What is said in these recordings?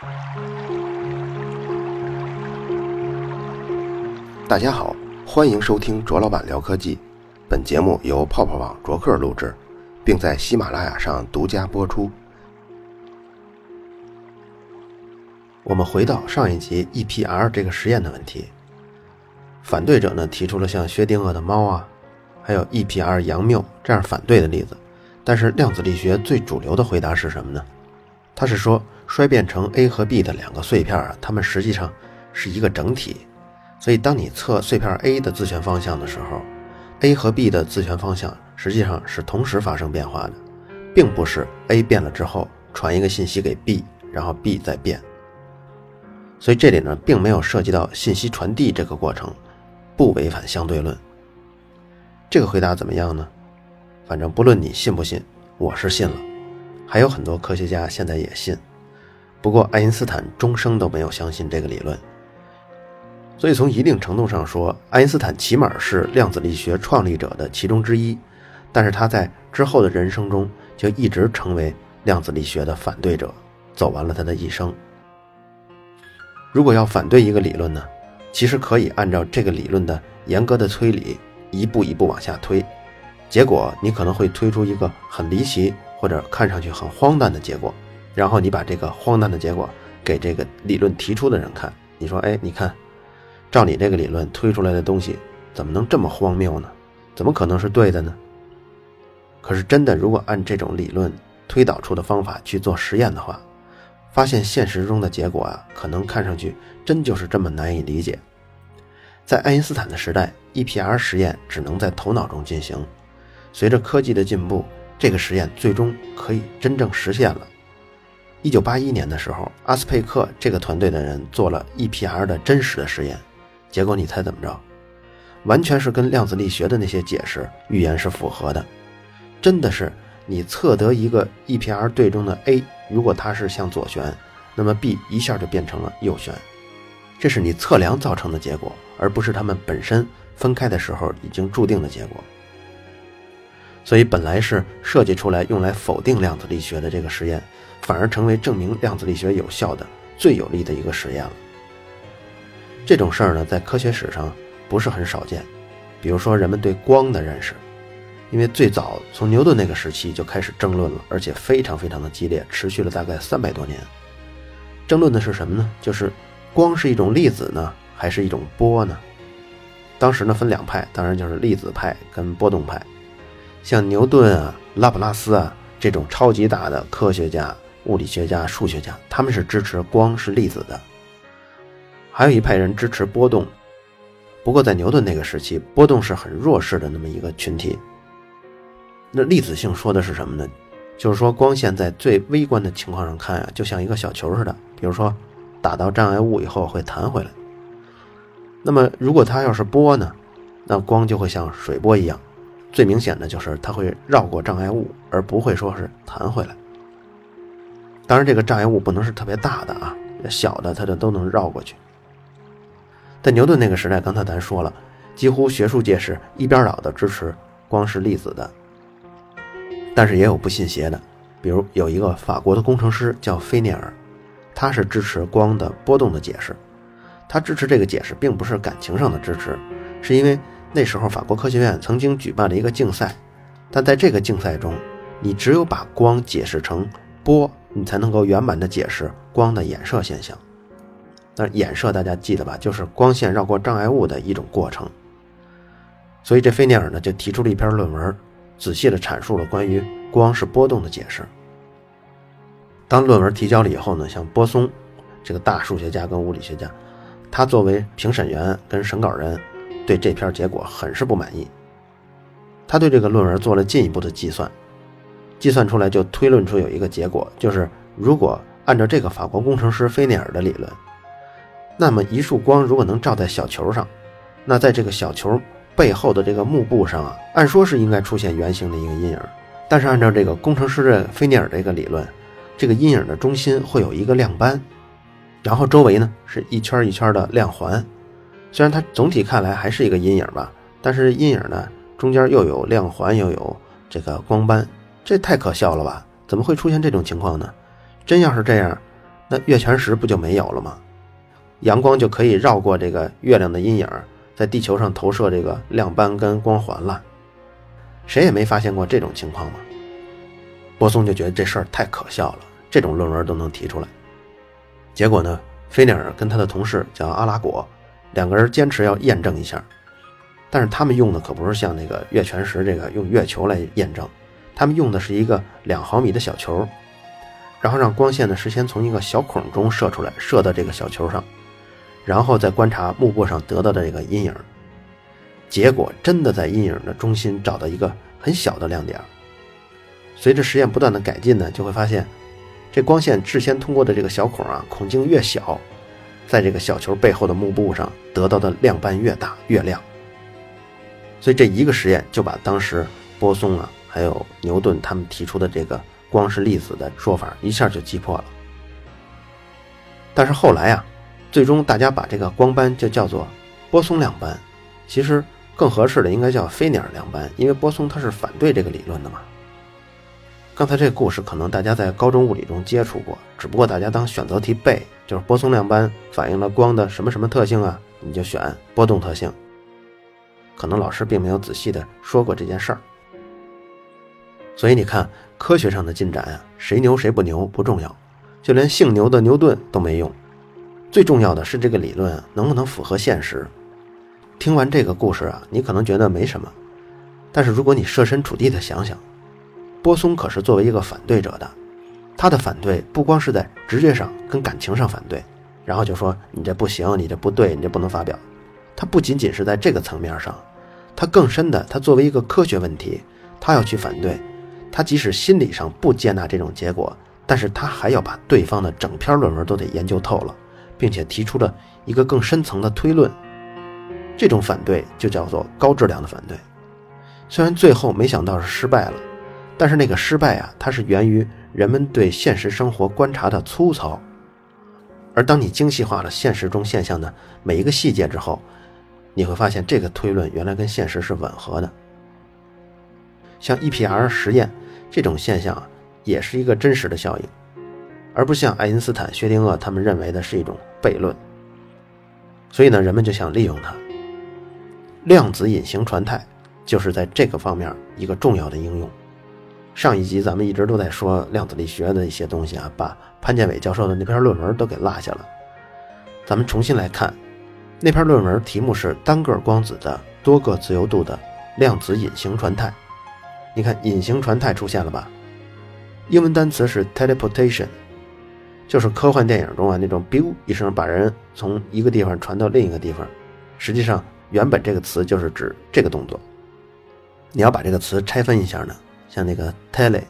大家好，欢迎收听卓老板聊科技。本节目由泡泡网卓克录制，并在喜马拉雅上独家播出。我们回到上一集 EPR 这个实验的问题。反对者呢提出了像薛定谔的猫啊，还有 EPR 杨谬这样反对的例子，但是量子力学最主流的回答是什么呢？它是说衰变成 A 和 B 的两个碎片啊，它们实际上是一个整体。所以当你测碎片 A 的自旋方向的时候， A 和 B 的自旋方向实际上是同时发生变化的，并不是 A 变了之后传一个信息给 B， 然后 B 再变。所以这里呢并没有涉及到信息传递这个过程，不违反相对论。这个回答怎么样呢？反正不论你信不信，我是信了，还有很多科学家现在也信。不过爱因斯坦终生都没有相信这个理论。所以从一定程度上说，爱因斯坦起码是量子力学创立者的其中之一，但是他在之后的人生中就一直成为量子力学的反对者，走完了他的一生。如果要反对一个理论呢，其实可以按照这个理论的严格的推理一步一步往下推，结果你可能会推出一个很离奇或者看上去很荒诞的结果，然后你把这个荒诞的结果给这个理论提出的人看，你说你看照你这个理论推出来的东西怎么能这么荒谬呢？怎么可能是对的呢？可是真的如果按这种理论推导出的方法去做实验的话，发现现实中的结果可能看上去真就是这么难以理解。在爱因斯坦的时代， EPR 实验只能在头脑中进行，随着科技的进步，这个实验最终可以真正实现了。1981年的时候，阿斯佩克这个团队的人做了 EPR 的真实的实验，结果你猜怎么着？完全是跟量子力学的那些解释预言是符合的。真的是你测得一个 EPR 对中的 A， 如果它是向左旋，那么 B 一下就变成了右旋。这是你测量造成的结果，而不是它们本身分开的时候已经注定的结果。所以本来是设计出来用来否定量子力学的这个实验，反而成为证明量子力学有效的最有力的一个实验了。这种事儿呢，在科学史上不是很少见。比如说人们对光的认识，因为最早从牛顿那个时期就开始争论了，而且非常非常的激烈，持续了大概300多年。争论的是什么呢？就是光是一种粒子呢，还是一种波呢？当时呢分两派，当然就是粒子派跟波动派。像牛顿啊、拉普拉斯啊这种超级大的科学家、物理学家、数学家，他们是支持光是粒子的。还有一派人支持波动，不过在牛顿那个时期，波动是很弱势的那么一个群体。那粒子性说的是什么呢？就是说光线在最微观的情况上看就像一个小球似的，比如说打到障碍物以后会弹回来。那么如果它要是波呢，那光就会像水波一样，最明显的就是它会绕过障碍物，而不会说是弹回来。当然这个障碍物不能是特别大的小的它就都能绕过去。在牛顿那个时代，刚才咱说了，几乎学术界是一边倒的支持光是粒子的。但是也有不信邪的，比如有一个法国的工程师叫菲涅尔，他是支持光的波动的解释。他支持这个解释并不是感情上的支持，是因为那时候法国科学院曾经举办了一个竞赛，但在这个竞赛中，你只有把光解释成波，你才能够圆满的解释光的衍射现象。那衍射大家记得吧，就是光线绕过障碍物的一种过程。所以这菲涅尔呢就提出了一篇论文，仔细地阐述了关于光是波动的解释。当论文提交了以后呢，像波松这个大数学家跟物理学家，他作为评审员跟审稿人，对这篇结果很是不满意。他对这个论文做了进一步的计算，计算出来就推论出有一个结果，就是如果按照这个法国工程师菲涅尔的理论，那么一束光如果能照在小球上，那在这个小球背后的这个幕布上按说是应该出现圆形的一个阴影，但是按照这个工程师的菲涅尔的一个理论，这个阴影的中心会有一个亮斑，然后周围呢是一圈一圈的亮环。虽然它总体看来还是一个阴影吧，但是阴影呢中间又有亮环又有这个光斑，这太可笑了吧？怎么会出现这种情况呢？真要是这样， 那月全食不就没有了吗？阳光就可以绕过这个月亮的阴影，在地球上投射这个亮斑跟光环了。谁也没发现过这种情况吗？波松就觉得这事儿太可笑了，这种论文都能提出来。结果呢，菲涅尔跟他的同事叫阿拉果，两个人坚持要验证一下，但是他们用的可不是像那个月全食这个用月球来验证，他们用的是一个2毫米的小球，然后让光线呢事先从一个小孔中射出来，射到这个小球上，然后再观察幕布上得到的这个阴影。结果真的在阴影的中心找到一个很小的亮点。随着实验不断的改进呢，就会发现这光线事先通过的这个小孔啊，孔径越小，在这个小球背后的幕布上得到的亮斑越大越亮。所以这一个实验就把当时波松啊还有牛顿他们提出的这个光是粒子的说法一下就击破了。但是后来啊，最终大家把这个光斑就叫做波松亮斑，其实更合适的应该叫菲涅尔亮斑，因为波松他是反对这个理论的嘛。刚才这个故事可能大家在高中物理中接触过，只不过大家当选择题背，就是波松亮斑反映了光的什么什么特性啊，你就选波动特性。可能老师并没有仔细的说过这件事儿。所以你看，科学上的进展啊，谁牛谁不牛不重要，就连姓牛的牛顿都没用。最重要的是这个理论能不能符合现实。听完这个故事啊，你可能觉得没什么，但是如果你设身处地的想想，波松可是作为一个反对者的，他的反对不光是在直觉上跟感情上反对，然后就说你这不行，你这不对，你这不能发表。他不仅仅是在这个层面上，他更深的，他作为一个科学问题，他要去反对。他即使心理上不接纳这种结果，但是他还要把对方的整篇论文都得研究透了，并且提出了一个更深层的推论。这种反对就叫做高质量的反对。虽然最后没想到是失败了，但是那个失败啊，它是源于人们对现实生活观察的粗糙。而当你精细化了现实中现象的每一个细节之后，你会发现这个推论原来跟现实是吻合的。像 EPR 实验这种现象啊，也是一个真实的效应，而不像爱因斯坦、薛定谔他们认为的是一种悖论。所以呢，人们就想利用它。量子隐形传态就是在这个方面一个重要的应用。上一集咱们一直都在说量子力学的一些东西啊，把潘建伟教授的那篇论文都给落下了。咱们重新来看那篇论文，题目是单个光子的多个自由度的量子隐形传态。你看隐形传态出现了吧，英文单词是 teleportation， 就是科幻电影中啊那种 biu 一声把人从一个地方传到另一个地方。实际上原本这个词就是指这个动作。你要把这个词拆分一下呢，像那个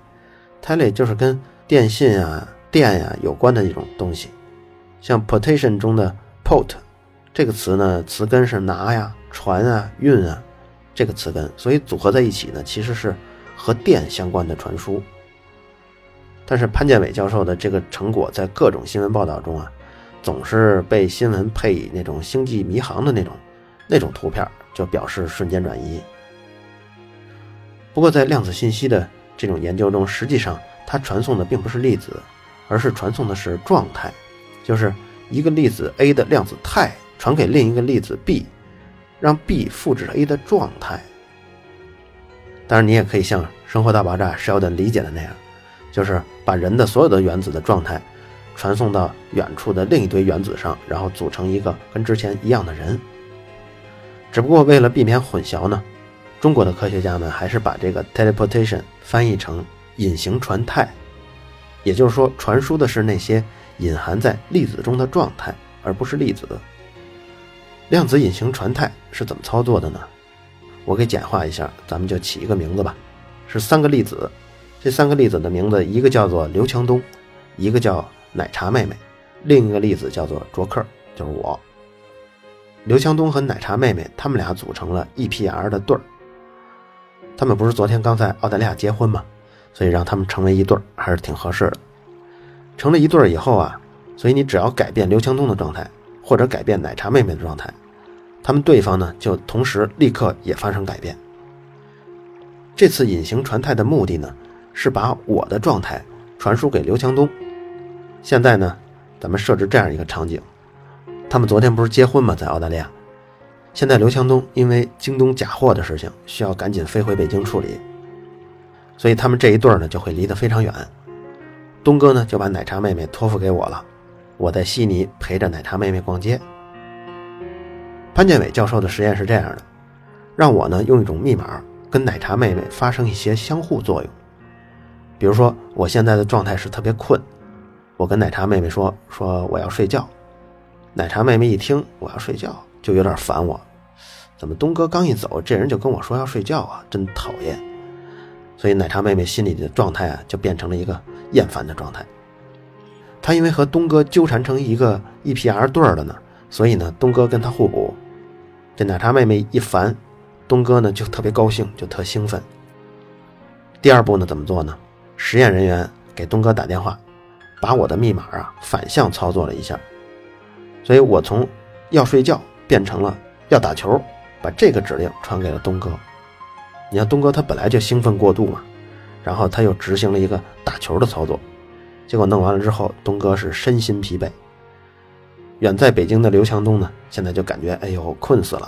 tele 就是跟电信啊电呀有关的一种东西。像 portation 中的 port 这个词呢，词根是拿呀传啊运啊这个词根，所以组合在一起呢，其实是和电相关的传输。但是潘建伟教授的这个成果在各种新闻报道中啊，总是被新闻配以那种星际迷航的那种图片，就表示瞬间转移。不过在量子信息的这种研究中，实际上它传送的并不是粒子，而是传送的是状态，就是一个粒子 A 的量子态传给另一个粒子 B， 让 B 复制 A 的状态。当然你也可以像生活大爆炸 Sheldon 理解的那样，就是把人的所有的原子的状态传送到远处的另一堆原子上，然后组成一个跟之前一样的人。只不过为了避免混淆呢，中国的科学家们还是把这个 teleportation 翻译成隐形传态，也就是说传输的是那些隐含在粒子中的状态，而不是粒子。量子隐形传态是怎么操作的呢？我给简化一下，咱们就起一个名字吧，是3个粒子。这3个粒子的名字，一个叫做刘强东，一个叫奶茶妹妹，另一个粒子叫做卓克，就是我。刘强东和奶茶妹妹他们俩组成了 EPR 的对儿。他们不是昨天刚在澳大利亚结婚吗？所以让他们成为一对儿还是挺合适的。成了一对儿以后啊，所以你只要改变刘强东的状态，或者改变奶茶妹妹的状态，他们对方呢就同时立刻也发生改变。这次隐形传态的目的呢，是把我的状态传输给刘强东。现在呢， 咱们设置这样一个场景，他们昨天不是结婚吗？在澳大利亚。现在刘强东因为京东假货的事情需要赶紧飞回北京处理，所以他们这一对呢就会离得非常远。东哥呢就把奶茶妹妹托付给我了，我在悉尼陪着奶茶妹妹逛街。潘建伟教授的实验是这样的，让我呢用一种密码跟奶茶妹妹发生一些相互作用。比如说我现在的状态是特别困，我跟奶茶妹妹说我要睡觉，奶茶妹妹一听我要睡觉就有点烦我，怎么东哥刚一走这人就跟我说要睡觉啊，真讨厌。所以奶茶妹妹心里的状态就变成了一个厌烦的状态。她因为和东哥纠缠成一个 EPR 对了呢，所以呢东哥跟她互补。这奶茶妹妹一烦，东哥呢就特别高兴，就特兴奋。第二步呢怎么做呢？实验人员给东哥打电话，把我的密码反向操作了一下，所以我从要睡觉变成了要打球，把这个指令传给了东哥。你看东哥他本来就兴奋过度嘛，然后他又执行了一个打球的操作，结果弄完了之后，东哥是身心疲惫。远在北京的刘强东呢，现在就感觉哎呦困死了。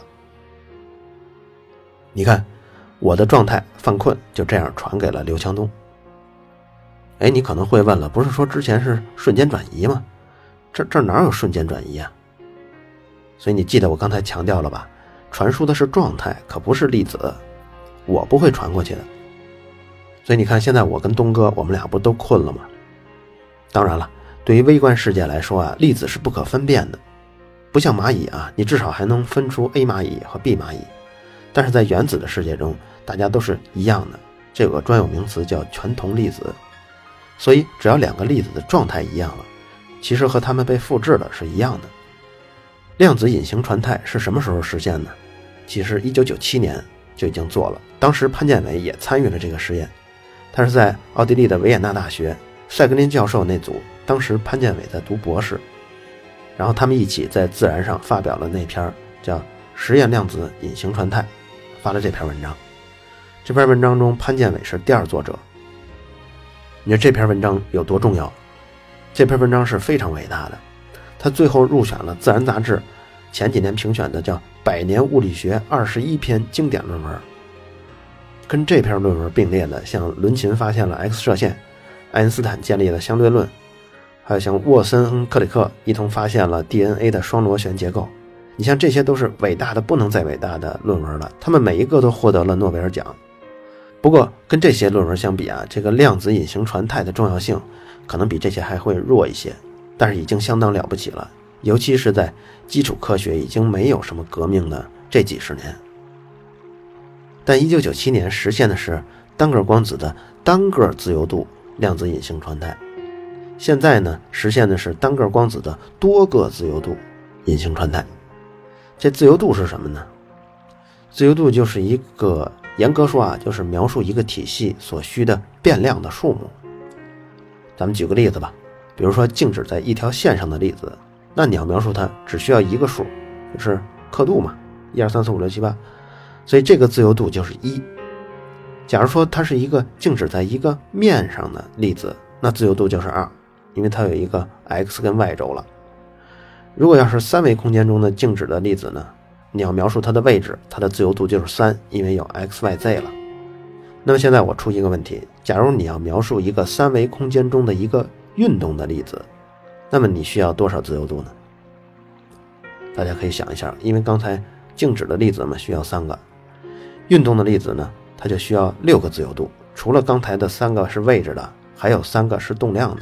你看我的状态犯困就这样传给了刘强东。哎，你可能会问了，不是说之前是瞬间转移吗？这哪有瞬间转移啊？所以你记得我刚才强调了吧，传输的是状态，可不是粒子，我不会传过去的。所以你看现在我跟东哥我们俩不都困了吗？当然了，对于微观世界来说粒子是不可分辨的，不像蚂蚁你至少还能分出 A 蚂蚁和 B 蚂蚁。但是在原子的世界中，大家都是一样的，这有个专有名词叫全同粒子。所以只要两个粒子的状态一样了，其实和它们被复制了是一样的。量子隐形传态是什么时候实现的？其实1997年就已经做了，当时潘建伟也参与了这个实验。他是在奥地利的维也纳大学塞格林教授那组，当时潘建伟在读博士，然后他们一起在自然上发表了那篇叫实验量子隐形传态，发了这篇文章。这篇文章中潘建伟是第二作者。你说这篇文章有多重要？这篇文章是非常伟大的，他最后入选了自然杂志前几年评选的叫100年物理学21篇经典论文。跟这篇论文并列的像伦琴发现了 X 射线，爱因斯坦建立了相对论，还有像沃森和克里克一同发现了 DNA 的双螺旋结构。你像这些都是伟大的不能再伟大的论文了，他们每一个都获得了诺贝尔奖。不过跟这些论文相比这个量子隐形传态的重要性可能比这些还会弱一些，但是已经相当了不起了，尤其是在基础科学已经没有什么革命的这几十年。但1997年实现的是单个光子的单个自由度量子隐形传态，现在呢实现的是单个光子的多个自由度隐形传态。这自由度是什么呢？自由度就是一个严格说就是描述一个体系所需的变量的数目。咱们举个例子吧，比如说静止在一条线上的粒子，那你要描述它只需要一个数，就是刻度嘛，1 2 3 4 5 6 7 8，所以这个自由度就是1。假如说它是一个静止在一个面上的粒子，那自由度就是2，因为它有一个 x 跟 y 轴了。如果要是三维空间中的静止的粒子呢，你要描述它的位置，它的自由度就是3，因为有 x y z 了。那么现在我出一个问题，假如你要描述一个三维空间中的一个运动的粒子，那么你需要多少自由度呢？大家可以想一下，因为刚才静止的粒子嘛需要3个，运动的粒子呢它就需要6个自由度，除了刚才的3个是位置的，还有3个是动量的。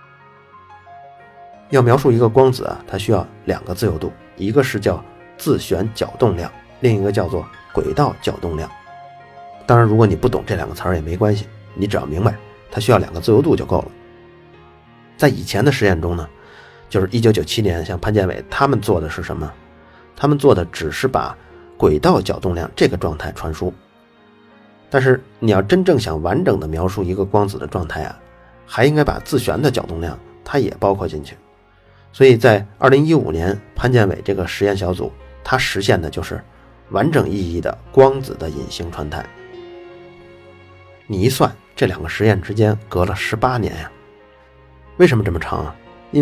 要描述一个光子它需要2个自由度，一个是叫自旋角动量，另一个叫做轨道角动量。当然如果你不懂这2个词也没关系，你只要明白它需要2个自由度就够了。在以前的实验中呢，就是1997年像潘建伟他们做的是什么？他们做的只是把轨道角动量这个状态传输，但是你要真正想完整的描述一个光子的状态还应该把自旋的角动量它也包括进去。所以在2015年潘建伟这个实验小组他实现的就是完整意义的光子的隐形传态。你一算这2个实验之间隔了18年呀。为什么这么长因为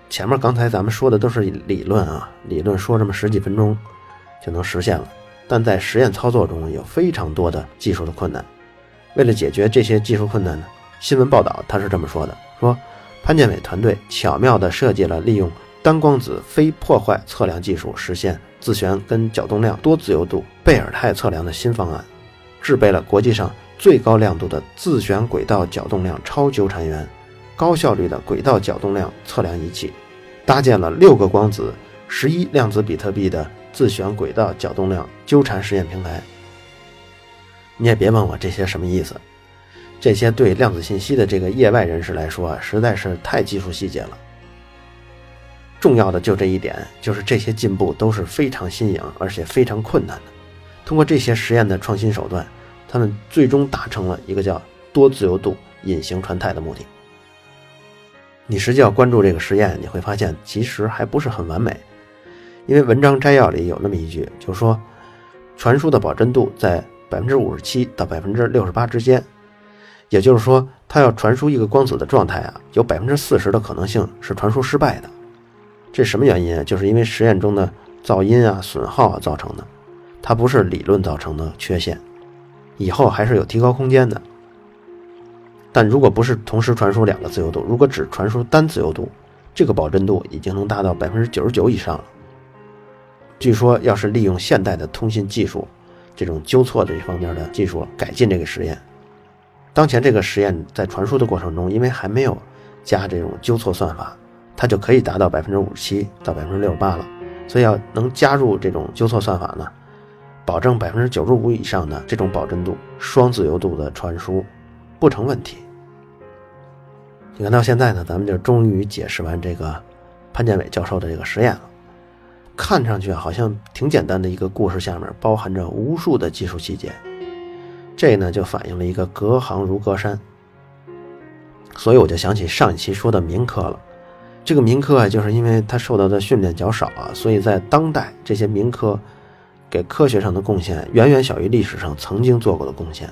前面刚才咱们说的都是理论啊，理论说这么10几分钟就能实现了，但在实验操作中有非常多的技术的困难。为了解决这些技术困难呢，新闻报道他是这么说的，说潘建伟团队巧妙地设计了利用单光子非破坏测量技术实现自旋跟角动量多自由度贝尔泰测量的新方案，制备了国际上最高亮度的自旋轨道角动量超纠缠源、高效率的轨道角动量测量仪器，搭建了6个光子11量子比特币的自旋轨道角动量纠缠实验平台。你也别问我这些什么意思，这些对量子信息的这个业外人士来说实在是太技术细节了。重要的就这一点，就是这些进步都是非常新颖而且非常困难的。通过这些实验的创新手段，他们最终达成了一个叫多自由度隐形传态的目的。你实际要关注这个实验，你会发现其实还不是很完美，因为文章摘要里有那么一句，就是说传输的保真度在 57% 到 68% 之间，也就是说它要传输一个光子的状态啊，有 40% 的可能性是传输失败的。这什么原因？就是因为实验中的噪音啊、损耗啊造成的，它不是理论造成的缺陷，以后还是有提高空间的。但如果不是同时传输2个自由度，如果只传输单自由度，这个保真度已经能达到 99% 以上了。据说要是利用现代的通信技术，这种纠错的这方面的技术改进这个实验，当前这个实验在传输的过程中，因为还没有加这种纠错算法，它就可以达到 57% 到 68% 了。所以要能加入这种纠错算法呢，保证 95% 以上的这种保真度双自由度的传输不成问题。你看到现在呢，咱们就终于解释完这个潘建伟教授的这个实验了。看上去好像挺简单的一个故事，下面包含着无数的技术细节，这呢就反映了一个隔行如隔山。所以我就想起上一期说的民科了，这个民科啊，就是因为他受到的训练较少啊，所以在当代这些民科给科学上的贡献远远小于历史上曾经做过的贡献。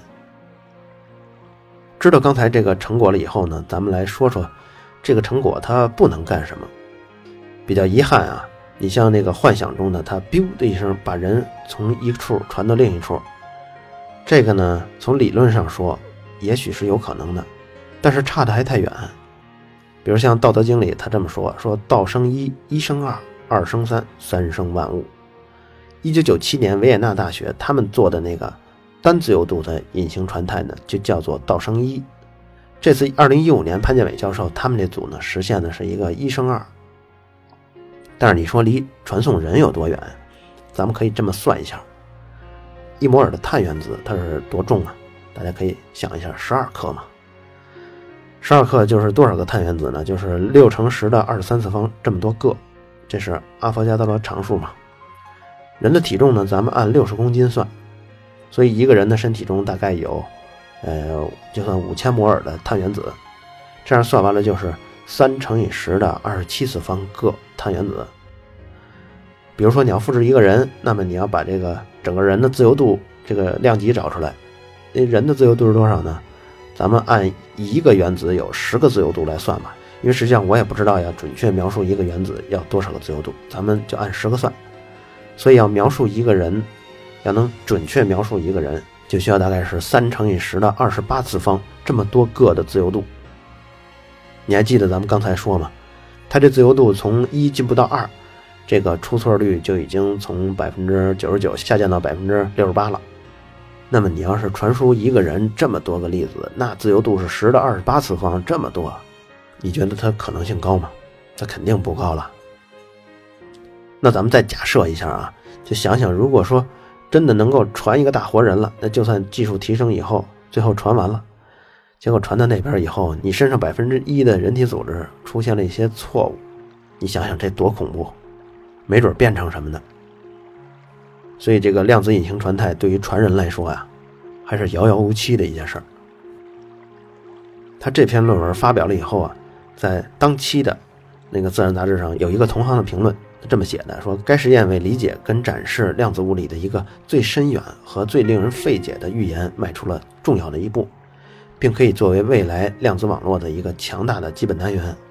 知道刚才这个成果了以后呢，咱们来说说这个成果它不能干什么。比较遗憾啊，你像那个幻想中的它 biu 的一声把人从一处传到另一处，这个呢从理论上说也许是有可能的，但是差得还太远。比如像《道德经》里他这么说，道生一，一生二，二生三，三生万物。1997年维也纳大学他们做的那个单自由度的隐形传态呢，就叫做道生一。这次2015年潘建伟教授他们这组呢实现的是一个一生二。但是你说离传送人有多远？咱们可以这么算一下，一摩尔的碳原子它是多重啊？大家可以想一下，12克嘛。12克就是多少个碳原子呢？就是6乘10的23次方这么多个，这是阿佛加德罗常数嘛。人的体重呢，咱们按60公斤算，所以一个人的身体中大概有就算5000摩尔的碳原子，这样算完了就是3乘以10的27次方个碳原子。比如说你要复制一个人，那么你要把这个整个人的自由度这个量级找出来，那人的自由度是多少呢？咱们按一个原子有10个自由度来算吧，因为实际上我也不知道要准确描述一个原子要多少个自由度，咱们就按10个算。所以要描述一个人，要能准确描述一个人，就需要大概是3乘以10的28次方这么多个的自由度。你还记得咱们刚才说吗？它这自由度从1进步到2，这个出错率就已经从 99% 下降到 68% 了。那么你要是传输一个人这么多个粒子，那自由度是10的28次方这么多，你觉得它可能性高吗？它肯定不高了。那咱们再假设一下啊，就想想如果说真的能够传一个大活人了，那就算技术提升以后，最后传完了，结果传到那边以后，你身上 1% 的人体组织出现了一些错误，你想想这多恐怖，没准变成什么呢？所以这个量子隐形传态对于传人来说啊，还是遥遥无期的一件事儿。他这篇论文发表了以后啊，在当期的那个自然杂志上有一个同行的评论，他这么写的，说该实验为理解跟展示量子物理的一个最深远和最令人费解的预言迈出了重要的一步，并可以作为未来量子网络的一个强大的基本单元。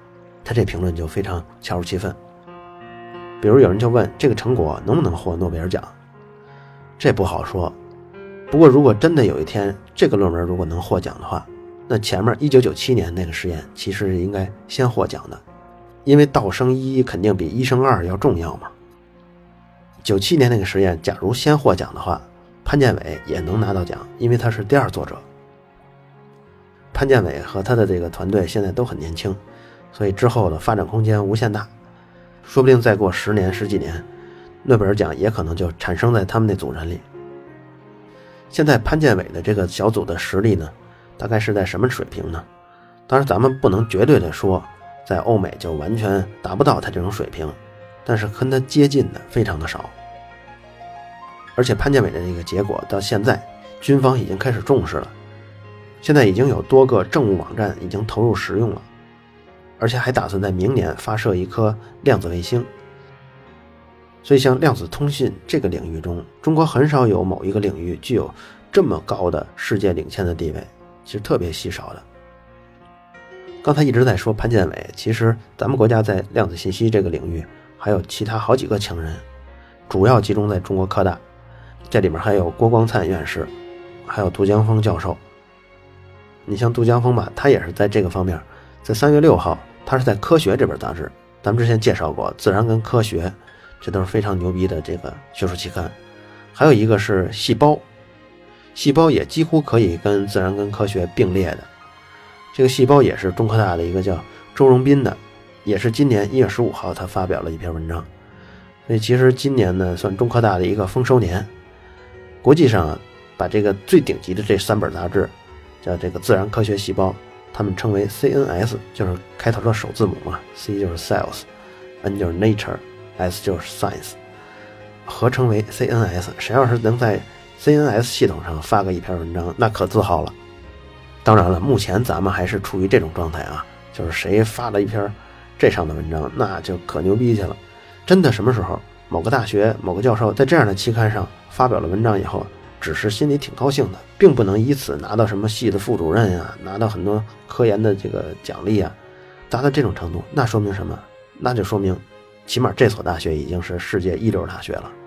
他这评论就非常恰如其分。比如有人就问这个成果能不能获诺贝尔奖，这不好说。不过如果真的有一天这个论文如果能获奖的话，那前面1997年那个实验其实应该先获奖的，因为道生一肯定比一生二要重要嘛。97年那个实验假如先获奖的话，潘建伟也能拿到奖，因为他是第二作者。潘建伟和他的这个团队现在都很年轻，所以之后的发展空间无限大，说不定再过10年10几年，诺贝尔奖也可能就产生在他们那组人里。现在潘建伟的这个小组的实力呢，大概是在什么水平呢？当然咱们不能绝对的说在欧美就完全达不到他这种水平，但是跟他接近的非常的少。而且潘建伟的这个结果到现在军方已经开始重视了，现在已经有多个政务网站已经投入使用了，而且还打算在明年发射一颗量子卫星。所以像量子通信这个领域中，中国很少有某一个领域具有这么高的世界领先的地位，其实特别稀少的。刚才一直在说潘建伟，其实咱们国家在量子信息这个领域还有其他好几个强人，主要集中在中国科大，这里面还有郭光灿院士，还有杜江峰教授。你像杜江峰吧，他也是在这个方面，在3月6号他是在《科学》这本杂志，咱们之前介绍过自然跟科学，这都是非常牛逼的这个学术期刊。还有一个是细胞，细胞也几乎可以跟自然跟科学并列的。这个细胞也是中科大的一个叫周荣斌的，也是今年1月15号他发表了一篇文章。所以其实今年呢算中科大的一个丰收年。国际上把这个最顶级的这3本杂志叫这个自然科学细胞，他们称为 CNS， 就是开头的首字母嘛， C 就是 Cells， N 就是 Nature， S 就是 Science， 合称为 CNS。 谁要是能在 CNS 系统上发个一篇文章，那可自豪了。当然了，目前咱们还是处于这种状态啊，就是谁发了一篇这上的文章，那就可牛逼去了。真的什么时候某个大学某个教授在这样的期刊上发表了文章以后，只是心里挺高兴的，并不能以此拿到什么系的副主任啊，拿到很多科研的这个奖励啊，达到这种程度，那说明什么？那就说明起码这所大学已经是世界一流大学了。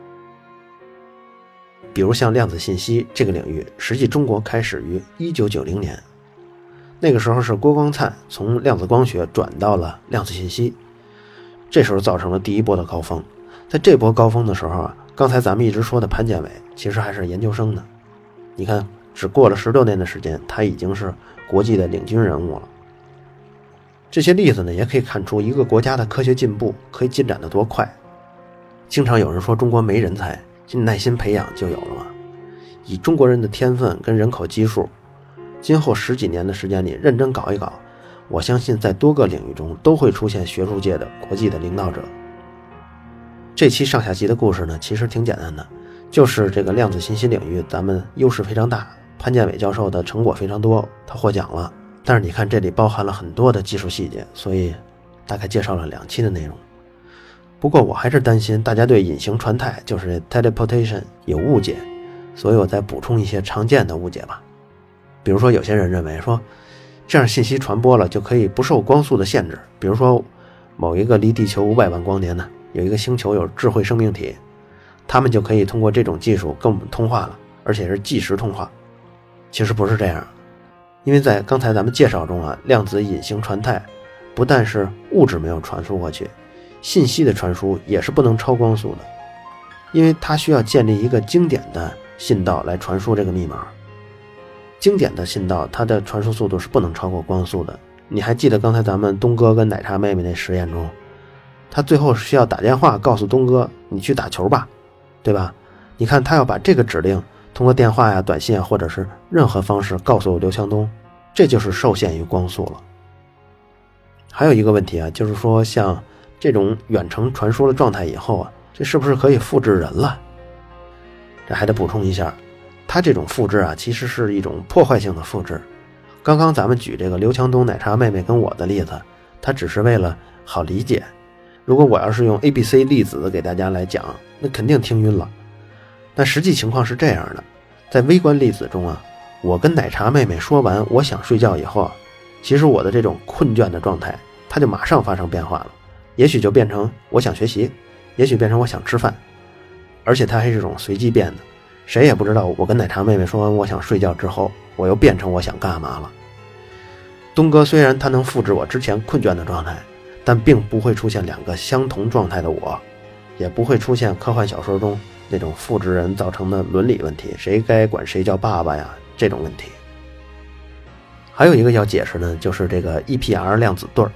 比如像量子信息这个领域，实际中国开始于1990年，那个时候是郭光灿从量子光学转到了量子信息，这时候造成了第一波的高峰。在这波高峰的时候啊，刚才咱们一直说的潘建伟其实还是研究生呢。你看只过了16年的时间，他已经是国际的领军人物了。这些例子呢，也可以看出一个国家的科学进步可以进展得多快。经常有人说中国没人才，耐心培养就有了嘛。以中国人的天分跟人口基数，今后10几年的时间里认真搞一搞，我相信在多个领域中都会出现学术界的国际的领导者。这期上下集的故事呢，其实挺简单的，就是这个量子信息领域咱们优势非常大，潘建伟教授的成果非常多，他获奖了。但是你看这里包含了很多的技术细节，所以大概介绍了2期的内容。不过我还是担心大家对隐形传态，就是 teleportation 有误解，所以我再补充一些常见的误解吧。比如说有些人认为说这样信息传播了就可以不受光速的限制，比如说某一个离地球500万光年呢有一个星球有智慧生命体，他们就可以通过这种技术跟我们通话了，而且是即时通话。其实不是这样，因为在刚才咱们介绍中啊，量子隐形传态不但是物质没有传输过去，信息的传输也是不能超光速的，因为它需要建立一个经典的信道来传输这个密码。经典的信道它的传输速度是不能超过光速的。你还记得刚才咱们东哥跟奶茶妹妹那实验中，他最后需要打电话告诉东哥你去打球吧，对吧？你看他要把这个指令通过电话呀、短信啊，或者是任何方式告诉刘强东，这就是受限于光速了。还有一个问题啊，就是说像这种远程传输的状态以后啊，这是不是可以复制人了？这还得补充一下，它这种复制啊，其实是一种破坏性的复制。刚刚咱们举这个刘强东、奶茶妹妹跟我的例子，它只是为了好理解。如果我要是用 ABC 粒子给大家来讲，那肯定听晕了。但实际情况是这样的，在微观粒子中啊，我跟奶茶妹妹说完我想睡觉以后啊，其实我的这种困倦的状态它就马上发生变化了，也许就变成我想学习，也许变成我想吃饭，而且它还是这种随机变的，谁也不知道我跟奶茶妹妹说完我想睡觉之后，我又变成我想干嘛了。东哥虽然他能复制我之前困倦的状态，但并不会出现两个相同状态的我，也不会出现科幻小说中那种复制人造成的伦理问题，谁该管谁叫爸爸呀这种问题。还有一个要解释呢，就是这个 EPR 量子对儿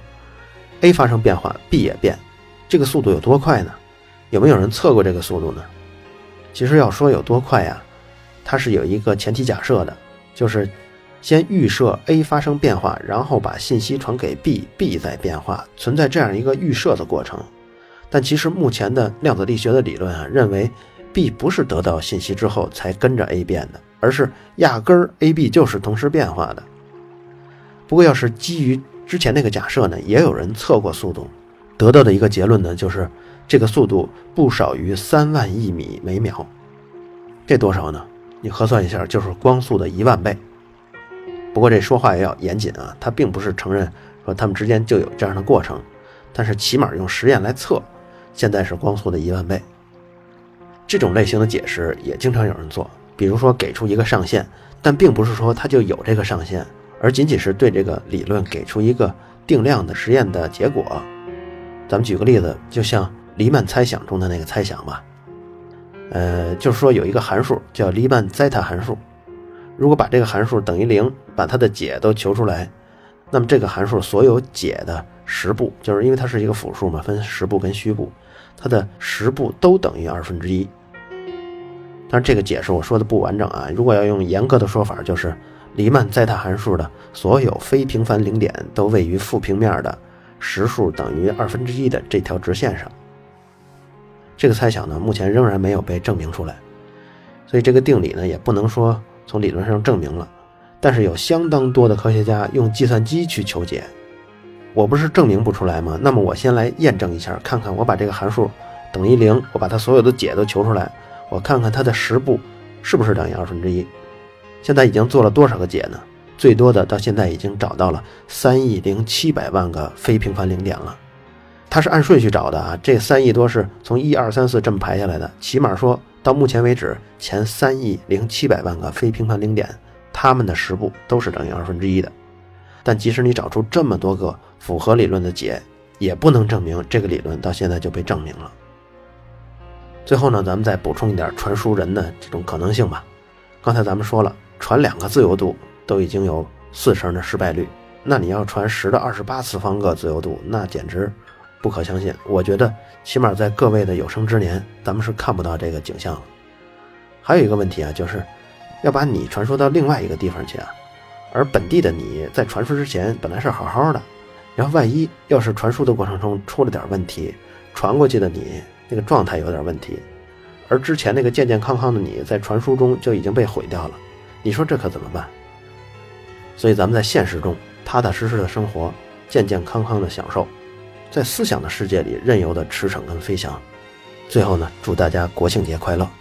A 发生变化 B 也变，这个速度有多快呢？有没有人测过这个速度呢？其实要说有多快呀，它是有一个前提假设的，就是先预设 A 发生变化，然后把信息传给 B 再变化，存在这样一个预设的过程。但其实目前的量子力学的理论认为 B 不是得到信息之后才跟着 A 变的，而是压根儿 A、B 就是同时变化的。不过要是基于之前那个假设呢，也有人测过速度，得到的一个结论呢，就是这个速度不少于3万亿米每秒。这多少呢？你核算一下，就是光速的1万倍。不过这说话也要严谨啊，他并不是承认说他们之间就有这样的过程，但是起码用实验来测，现在是光速的1万倍。这种类型的解释也经常有人做，比如说给出一个上限，但并不是说它就有这个上限，而仅仅是对这个理论给出一个定量的实验的结果。咱们举个例子，就像黎曼猜想中的那个猜想吧，就是说有一个函数叫黎曼 zeta 函数，如果把这个函数等于0，把它的解都求出来，那么这个函数所有解的实部，就是因为它是一个复数嘛，分实部跟虚部，它的实部都等于1/2。但是这个解释我说的不完整啊，如果要用严格的说法，就是黎曼 zeta 函数的所有非平凡零点都位于负平面的实数等于1/2的这条直线上。这个猜想呢，目前仍然没有被证明出来，所以这个定理呢，也不能说从理论上证明了，但是有相当多的科学家用计算机去求解。我不是证明不出来吗？那么我先来验证一下，看看我把这个函数等于0，我把它所有的解都求出来，我看看它的实部是不是等于1/2。现在已经做了多少个解呢？最多的到现在已经找到了3.7亿个非平凡零点了。它是按顺序找的啊，这3亿多是从1、2、3、4这么排下来的，起码说到目前为止，前3.7亿个非平凡零点，它们的实部都是等于1/2的。但即使你找出这么多个符合理论的解，也不能证明这个理论到现在就被证明了。最后呢，咱们再补充一点传输人的这种可能性吧。刚才咱们说了，传2个自由度都已经有4成的失败率，那你要传10的28次方个自由度，那简直不可相信。我觉得起码在各位的有生之年，咱们是看不到这个景象了。还有一个问题啊，就是要把你传输到另外一个地方去啊，而本地的你在传输之前本来是好好的，然后万一要是传输的过程中出了点问题，传过去的你那个状态有点问题，而之前那个健健康康的你在传输中就已经被毁掉了，你说这可怎么办？所以咱们在现实中踏踏实实的生活，健健康康的享受，在思想的世界里任由的驰骋跟飞翔。最后呢，祝大家国庆节快乐。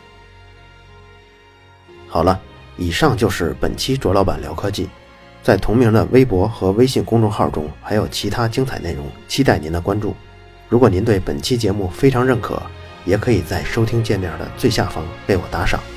好了，以上就是本期卓老板聊科技，在同名的微博和微信公众号中还有其他精彩内容，期待您的关注。如果您对本期节目非常认可，也可以在收听界面的最下方为我打赏。